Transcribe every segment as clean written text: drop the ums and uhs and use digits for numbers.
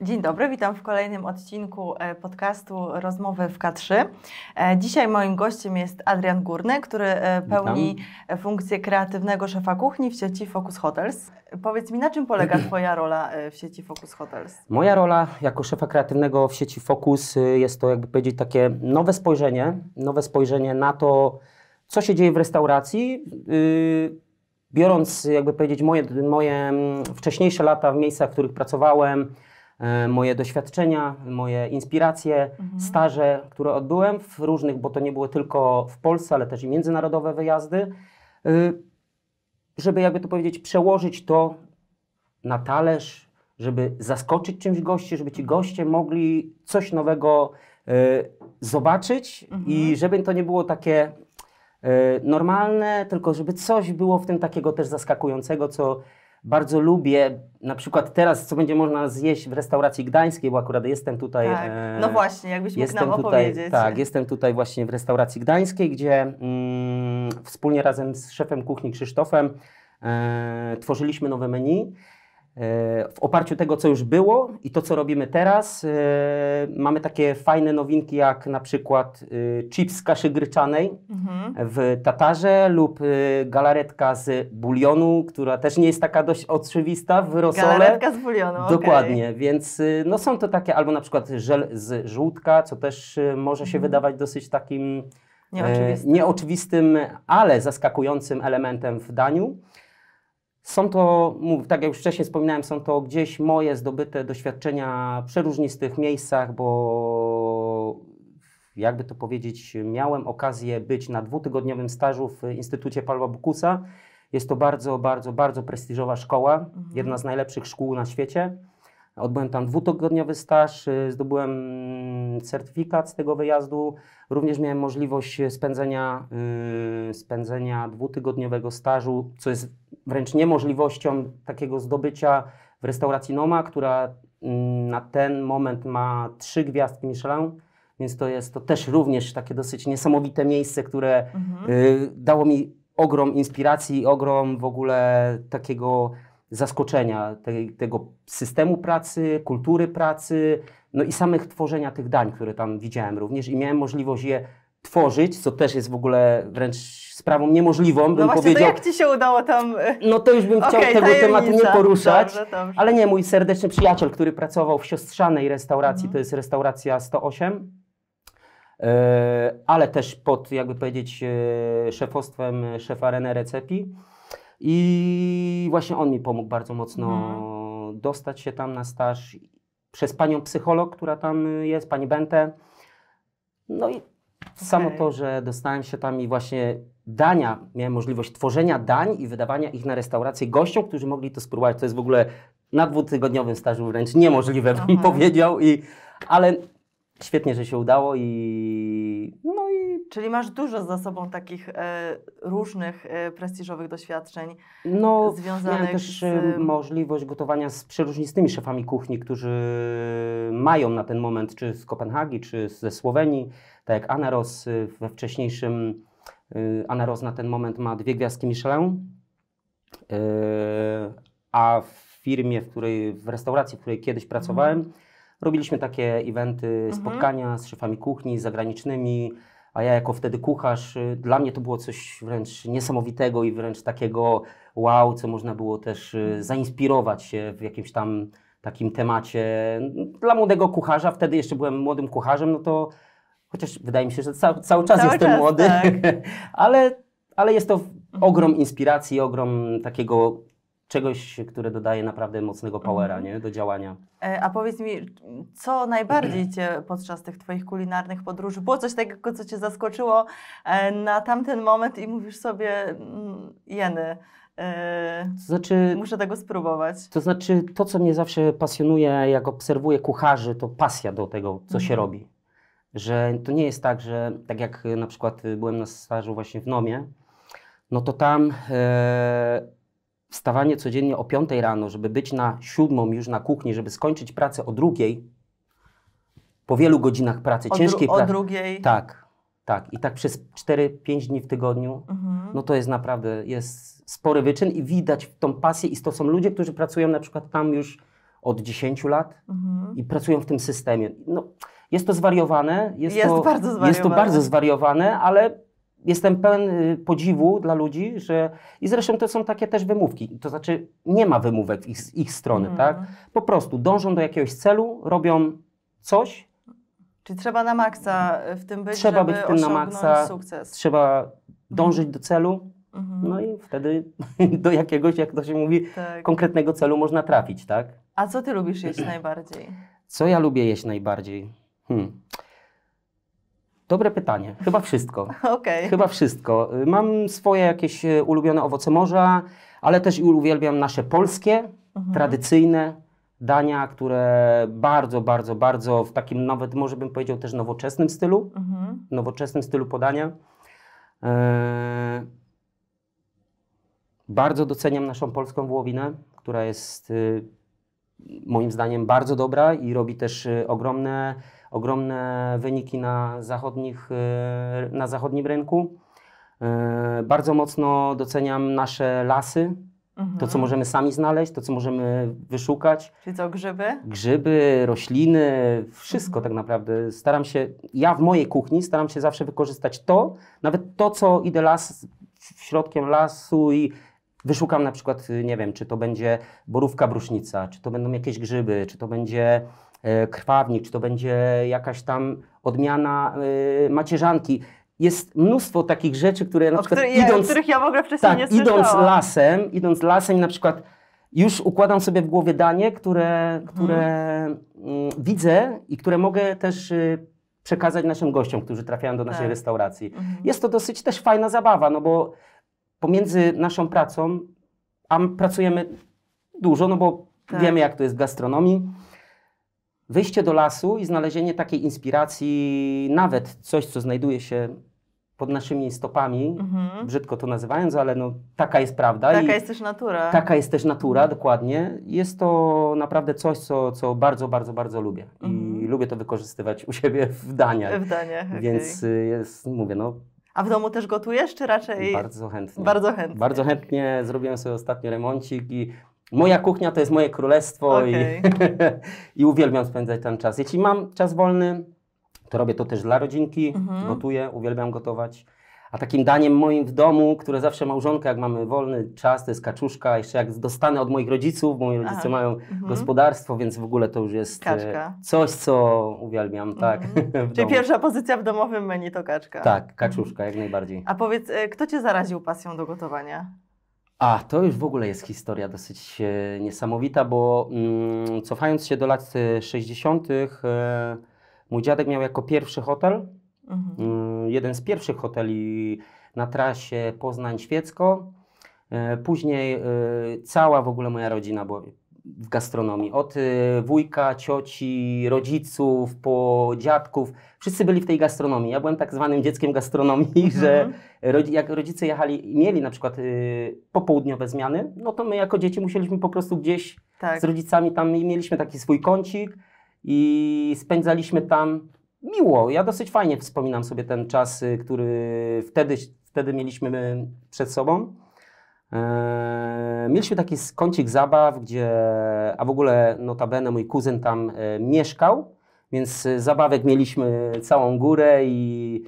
Dzień dobry, witam w kolejnym odcinku podcastu Rozmowy w K3. Dzisiaj moim gościem jest Adrian Górny, który pełni funkcję kreatywnego szefa kuchni w sieci Focus Hotels. Powiedz mi, na czym polega Twoja rola w sieci Focus Hotels? Moja rola jako szefa kreatywnego w sieci Focus jest to, jakby powiedzieć, takie nowe spojrzenie na to, co się dzieje w restauracji. Biorąc, jakby powiedzieć, moje wcześniejsze lata w miejscach, w których pracowałem, moje doświadczenia, moje inspiracje, staże, które odbyłem w różnych, bo to nie było tylko w Polsce, ale też i międzynarodowe wyjazdy, żeby, jakby to powiedzieć, przełożyć to na talerz, żeby zaskoczyć czymś gości, żeby ci goście mogli coś nowego zobaczyć i żeby to nie było takie normalne, tylko żeby coś było w tym takiego też zaskakującego, co bardzo lubię. Na przykład teraz, co będzie można zjeść w restauracji gdańskiej, bo akurat jestem tutaj. Tak. No właśnie, jakbyś mógł nam opowiedzieć. Tak, jestem tutaj właśnie w restauracji gdańskiej, gdzie wspólnie razem z szefem kuchni Krzysztofem tworzyliśmy nowe menu. W oparciu tego, co już było i to, co robimy teraz, mamy takie fajne nowinki, jak na przykład chips z kaszy gryczanej w tatarze lub galaretka z bulionu, która też nie jest taka dość oczywista w rosole. Galaretka z bulionu, Dokładnie, więc no są to takie, albo na przykład żel z żółtka, co też może się wydawać dosyć takim nieoczywistym, ale zaskakującym elementem w daniu. Są to, tak jak już wcześniej wspominałem, są to gdzieś moje zdobyte doświadczenia w przeróżnistych miejscach, bo jakby to powiedzieć, miałem okazję być na 2-tygodniowym stażu w Instytucie Pawła Bokusa. Jest to bardzo, bardzo, bardzo prestiżowa szkoła, jedna z najlepszych szkół na świecie. Odbyłem tam 2-tygodniowy staż, zdobyłem certyfikat z tego wyjazdu. Również miałem możliwość spędzenia 2-tygodniowego stażu, co jest wręcz niemożliwością takiego zdobycia w restauracji Noma, która na ten moment ma 3 gwiazdki Michelin, więc to jest to też również takie dosyć niesamowite miejsce, które dało mi ogrom inspiracji, ogrom w ogóle takiego zaskoczenia tego systemu pracy, kultury pracy, no i samych tworzenia tych dań, które tam widziałem również i miałem możliwość je tworzyć, co też jest w ogóle wręcz sprawą niemożliwą, bym właśnie, powiedział. To jak Ci się udało tam... No to już bym chciał tego tematu nie poruszać, dobrze. Ale nie, mój serdeczny przyjaciel, który pracował w siostrzanej restauracji, to jest restauracja 108, ale też pod, jakby powiedzieć, szefostwem szefa René Recepi. I właśnie on mi pomógł bardzo mocno dostać się tam na staż przez panią psycholog, która tam jest, pani Bente. No i samo to, że dostałem się tam i właśnie miałem możliwość tworzenia dań i wydawania ich na restaurację gościom, którzy mogli to spróbować. To jest w ogóle na 2-tygodniowym stażu wręcz niemożliwe, bym powiedział. Ale świetnie, że się udało Czyli masz dużo za sobą takich różnych prestiżowych doświadczeń związanych miałem też możliwość gotowania z przeróżnistymi szefami kuchni, którzy mają na ten moment, czy z Kopenhagi, czy ze Słowenii, tak jak Anna Ros we wcześniejszym. Anna Ros na ten moment ma 2 gwiazdki Michelin, a w firmie, w restauracji, w której kiedyś pracowałem, robiliśmy takie eventy, spotkania z szefami kuchni zagranicznymi, a ja jako wtedy kucharz, dla mnie to było coś wręcz niesamowitego i wręcz takiego wow, co można było też zainspirować się w jakimś tam takim temacie. Dla młodego kucharza, wtedy jeszcze byłem młodym kucharzem, no to chociaż wydaje mi się, że cały czas jestem młody, tak. ale jest to ogrom inspiracji, ogrom takiego czegoś, które dodaje naprawdę mocnego powera do działania. A powiedz mi, co najbardziej Cię podczas tych Twoich kulinarnych podróży, było coś takiego, co Cię zaskoczyło na tamten moment i mówisz sobie, jeny, muszę tego spróbować. To znaczy, to co mnie zawsze pasjonuje, jak obserwuję kucharzy, to pasja do tego, co się robi. Że to nie jest tak, że tak jak na przykład byłem na stażu właśnie w Nomie, no to tam wstawanie codziennie o 5 rano, żeby być na 7 już na kuchni, żeby skończyć pracę o 2, po wielu godzinach pracy, ciężkiej pracy. O 2? Tak. I tak przez 4-5 dni w tygodniu, no to jest naprawdę, jest spory wyczyn i widać tą pasję i to są ludzie, którzy pracują na przykład tam już od 10 lat i pracują w tym systemie. No, jest to zwariowane, jest to bardzo zwariowane, ale jestem pełen podziwu dla ludzi, że i zresztą to są takie też wymówki, to znaczy nie ma wymówek z ich strony, tak? Po prostu dążą do jakiegoś celu, robią coś. Czyli trzeba na maksa w tym być, trzeba żeby być w tym na maksa, sukces. Trzeba dążyć do celu, no i wtedy do jakiegoś, jak to się mówi, konkretnego celu można trafić, tak? A co ty lubisz jeść najbardziej? Co ja lubię jeść najbardziej? Dobre pytanie. Chyba wszystko. Chyba wszystko. Mam swoje jakieś ulubione owoce morza, ale też uwielbiam nasze polskie, tradycyjne dania, które bardzo, bardzo, bardzo w takim nawet, może bym powiedział, też nowoczesnym stylu podania. Bardzo doceniam naszą polską wołowinę, która jest moim zdaniem bardzo dobra i robi też ogromne wyniki na zachodnim rynku. Bardzo mocno doceniam nasze lasy, to co możemy sami znaleźć, to co możemy wyszukać. Czyli co, grzyby? Grzyby, rośliny, wszystko tak naprawdę. Ja w mojej kuchni staram się zawsze wykorzystać nawet to, co idę środkiem lasu i wyszukam na przykład, nie wiem, czy to będzie borówka brusznica, czy to będą jakieś grzyby, czy to będzie krwawnik, czy to będzie jakaś tam odmiana macierzanki. Jest mnóstwo takich rzeczy, które na przykład o których ja w ogóle wcześniej nie słyszałam. Idąc lasem na przykład już układam sobie w głowie danie, które widzę i które mogę też przekazać naszym gościom, którzy trafiają do naszej restauracji. Jest to dosyć też fajna zabawa, no bo pomiędzy naszą pracą, a pracujemy dużo, no bo wiemy, jak to jest w gastronomii, wyjście do lasu i znalezienie takiej inspiracji, nawet coś, co znajduje się pod naszymi stopami, brzydko to nazywając, ale no, taka jest prawda. Taka jest też natura. Taka jest też natura, dokładnie. Jest to naprawdę coś, co bardzo, bardzo, bardzo lubię. I lubię to wykorzystywać u siebie w daniach. Więc mówię, no... A w domu też gotujesz, czy raczej... Bardzo chętnie. Bardzo chętnie. Zrobiłem sobie ostatnio remoncik i moja kuchnia to jest moje królestwo i uwielbiam spędzać ten czas. Jeśli mam czas wolny, to robię to też dla rodzinki, gotuję, uwielbiam gotować. A takim daniem moim w domu, które zawsze małżonka, jak mamy wolny czas, to jest kaczuszka. Jeszcze jak dostanę od moich rodziców, bo moi rodzice mają gospodarstwo, więc w ogóle to już jest coś, co uwielbiam. Tak, Czyli pierwsza pozycja w domowym menu to kaczka. Tak, kaczuszka, jak najbardziej. A powiedz, kto Cię zaraził pasją do gotowania? To już w ogóle jest historia dosyć niesamowita, bo cofając się do lat 60., mój dziadek miał jako pierwszy hotel, jeden z pierwszych hoteli na trasie Poznań-Świecko. Później cała w ogóle moja rodzina była w gastronomii. Od wujka, cioci, rodziców, po dziadków. Wszyscy byli w tej gastronomii. Ja byłem tak zwanym dzieckiem gastronomii, że jak rodzice mieli na przykład popołudniowe zmiany, no to my jako dzieci musieliśmy po prostu gdzieś z rodzicami tam mieliśmy taki swój kącik i spędzaliśmy tam miło. Ja dosyć fajnie wspominam sobie ten czas, który wtedy mieliśmy przed sobą. Mieliśmy taki kącik zabaw, a w ogóle notabene mój kuzyn tam mieszkał, więc zabawek mieliśmy całą górę i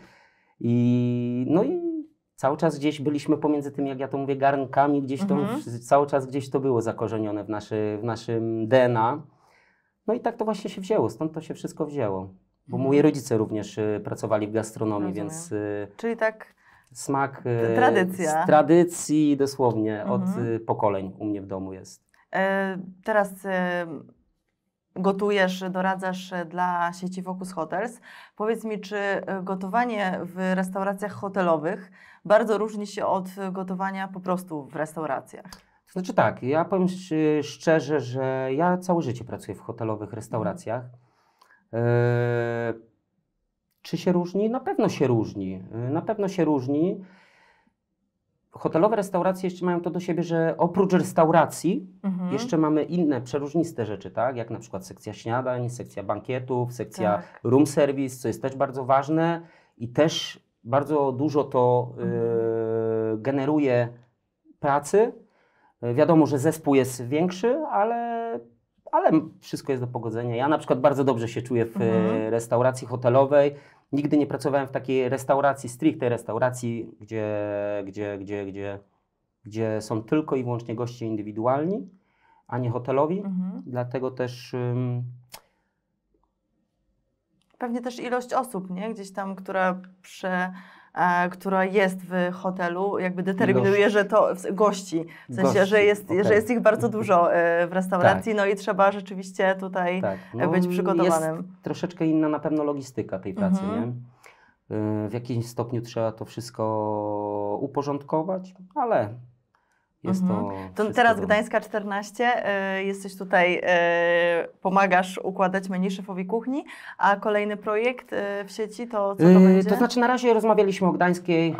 cały czas gdzieś byliśmy pomiędzy tymi, jak ja to mówię, garnkami, gdzieś to, cały czas gdzieś to było zakorzenione w naszym DNA. No i tak to właśnie się wzięło, stąd to się wszystko wzięło. Bo moi rodzice również pracowali w gastronomii, więc... Czyli tak... Smak tradycja. Z tradycji dosłownie od pokoleń u mnie w domu jest. Teraz gotujesz, doradzasz dla sieci Focus Hotels. Powiedz mi, czy gotowanie w restauracjach hotelowych bardzo różni się od gotowania po prostu w restauracjach? To znaczy tak, ja powiem szczerze, że ja całe życie pracuję w hotelowych restauracjach. Czy się różni? Na pewno się różni. Na pewno się różni. Hotelowe restauracje jeszcze mają to do siebie, że oprócz restauracji jeszcze mamy inne przeróżniste rzeczy, tak? Jak na przykład sekcja śniadań, sekcja bankietów, sekcja room service, co jest też bardzo ważne i też bardzo dużo to generuje pracy. Wiadomo, że zespół jest większy, ale wszystko jest do pogodzenia. Ja na przykład bardzo dobrze się czuję w restauracji hotelowej. Nigdy nie pracowałem w takiej restauracji, stricte restauracji, gdzie są tylko i wyłącznie goście indywidualni, a nie hotelowi. Dlatego też... Pewnie też ilość osób, nie? Gdzieś tam, która jest w hotelu, jakby determinuje, że to gości, w sensie, że jest ich bardzo dużo w restauracji, no i trzeba rzeczywiście tutaj być przygotowanym. Jest troszeczkę inna na pewno logistyka tej pracy, nie? W jakimś stopniu trzeba to wszystko uporządkować, ale jest to teraz Gdańska 14, jesteś tutaj, pomagasz układać menu szefowi kuchni, a kolejny projekt w sieci to co to będzie? To znaczy na razie rozmawialiśmy o Gdańskiej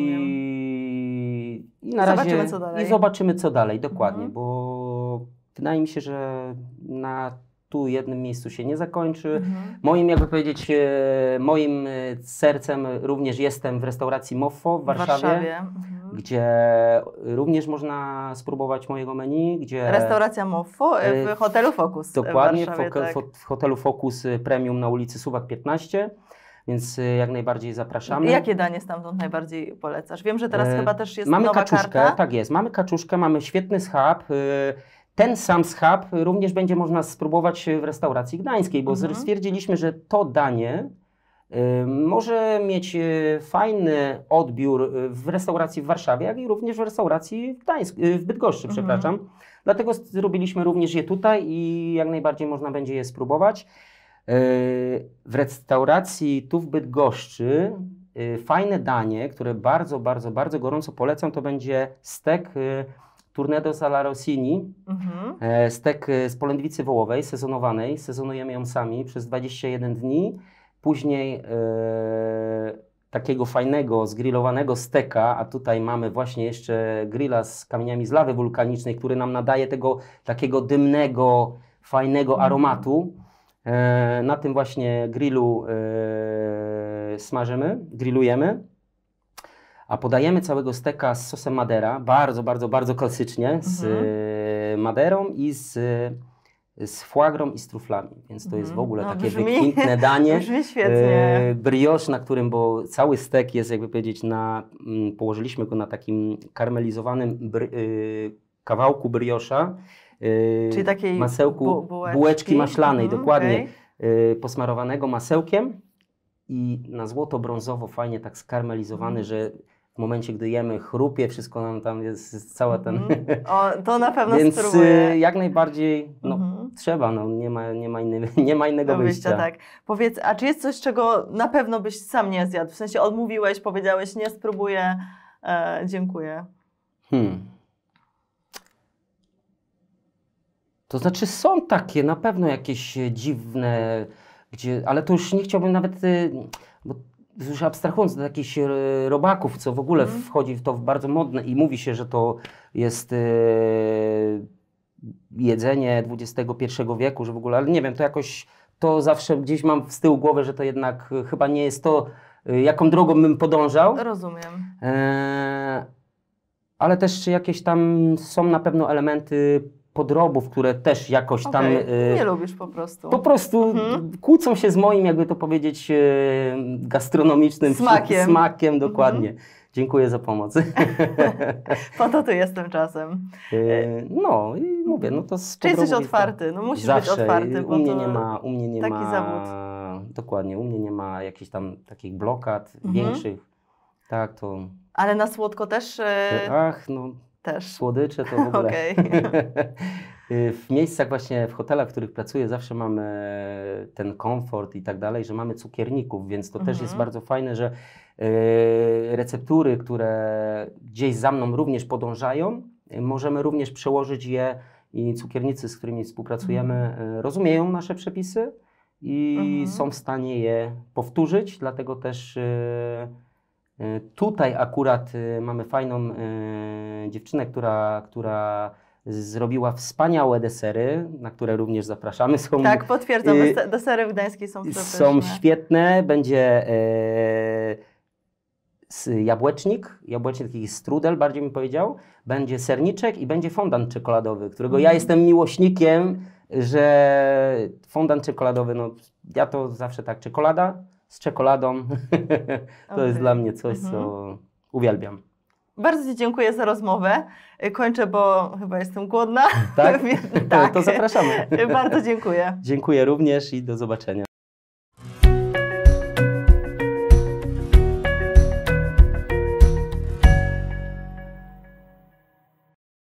i na razie zobaczymy co dalej. I zobaczymy co dalej, dokładnie, bo wydaje mi się, że na tu jednym miejscu się nie zakończy. Moim, jakby powiedzieć, moim sercem również jestem w restauracji Moffo w Warszawie. Gdzie również można spróbować mojego menu. Restauracja Moffo w hotelu Focus. Dokładnie, w Warszawie, w hotelu Focus Premium na ulicy Suwak 15, więc jak najbardziej zapraszamy. Jakie danie stamtąd najbardziej polecasz? Wiem, że teraz chyba też jest mamy nowa kaczuszkę, karta. Tak jest, mamy kaczuszkę, mamy świetny schab. Ten sam schab również będzie można spróbować w restauracji gdańskiej, bo stwierdziliśmy, że to danie może mieć fajny odbiór w restauracji w Warszawie, jak i również w restauracji w Bydgoszczy, przepraszam. Dlatego zrobiliśmy również je tutaj i jak najbardziej można będzie je spróbować. W restauracji tu w Bydgoszczy fajne danie, które bardzo, bardzo, bardzo gorąco polecam, to będzie stek Tournedos alla Rossini, stek z polędwicy wołowej, sezonowanej. Sezonujemy ją sami przez 21 dni. Później takiego fajnego, zgrillowanego steka, a tutaj mamy właśnie jeszcze grilla z kamieniami z lawy wulkanicznej, który nam nadaje tego takiego dymnego, fajnego aromatu. Na tym właśnie grillu grillujemy. A podajemy całego steka z sosem Madera, bardzo, bardzo, bardzo klasycznie, z Maderą i z foie gras i z truflami, więc to jest w ogóle takie wykwintne danie. Brzmi świetnie. Brioche, na którym, bo cały stek jest, jakby powiedzieć, położyliśmy go na takim karmelizowanym kawałku briosza, czyli takiej masełku, bułeczki maślanej, dokładnie, posmarowanego masełkiem i na złoto-brązowo fajnie tak skarmelizowany, że w momencie, gdy jemy, chrupie, wszystko nam tam jest, cała ten... to na pewno Więc spróbuję. jak najbardziej trzeba, nie ma innego wyjścia. Tak. Powiedz, a czy jest coś, czego na pewno byś sam nie zjadł? W sensie odmówiłeś, powiedziałeś, nie spróbuję, dziękuję. To znaczy są takie na pewno jakieś dziwne, ale to już nie chciałbym nawet... Bo już abstrahując do jakichś robaków, co w ogóle wchodzi w to bardzo modne i mówi się, że to jest jedzenie XXI wieku, że w ogóle, ale nie wiem, to jakoś, to zawsze gdzieś mam z tyłu głowy, że to jednak chyba nie jest to, jaką drogą bym podążał. Rozumiem. Ale też jakieś tam są na pewno elementy podrobów, które też jakoś tam... nie lubisz po prostu. Po prostu kłócą się z moim, jakby to powiedzieć, gastronomicznym smakiem dokładnie. Dziękuję za pomoc. Po to tu jestem czasem. No i mówię, no to... Czy jesteś otwarty? No musisz być otwarty, bo u mnie nie ma... taki zawód. Dokładnie, u mnie nie ma jakichś tam takich blokad większych. Tak, to... Ale na słodko też? Też. Słodycze to w ogóle. W miejscach właśnie, w hotelach, w których pracuję, zawsze mamy ten komfort i tak dalej, że mamy cukierników, więc to też jest bardzo fajne, że receptury, które gdzieś za mną również podążają, możemy również przełożyć je i cukiernicy, z którymi współpracujemy, rozumieją nasze przepisy i są w stanie je powtórzyć, dlatego też tutaj akurat mamy fajną dziewczynę, która zrobiła wspaniałe desery, na które również zapraszamy. Tak, potwierdzam, desery w Gdańskiej są przepyszne. Są świetne, będzie jabłecznik, taki strudel bardziej bym powiedział, będzie serniczek i będzie fondant czekoladowy, którego ja jestem miłośnikiem że fondant czekoladowy, no ja to zawsze tak, czekolada z czekoladą, to jest dla mnie coś, co uwielbiam. Bardzo Ci dziękuję za rozmowę. Kończę, bo chyba jestem głodna. Tak? Tak. To zapraszamy. Bardzo dziękuję. Dziękuję również i do zobaczenia.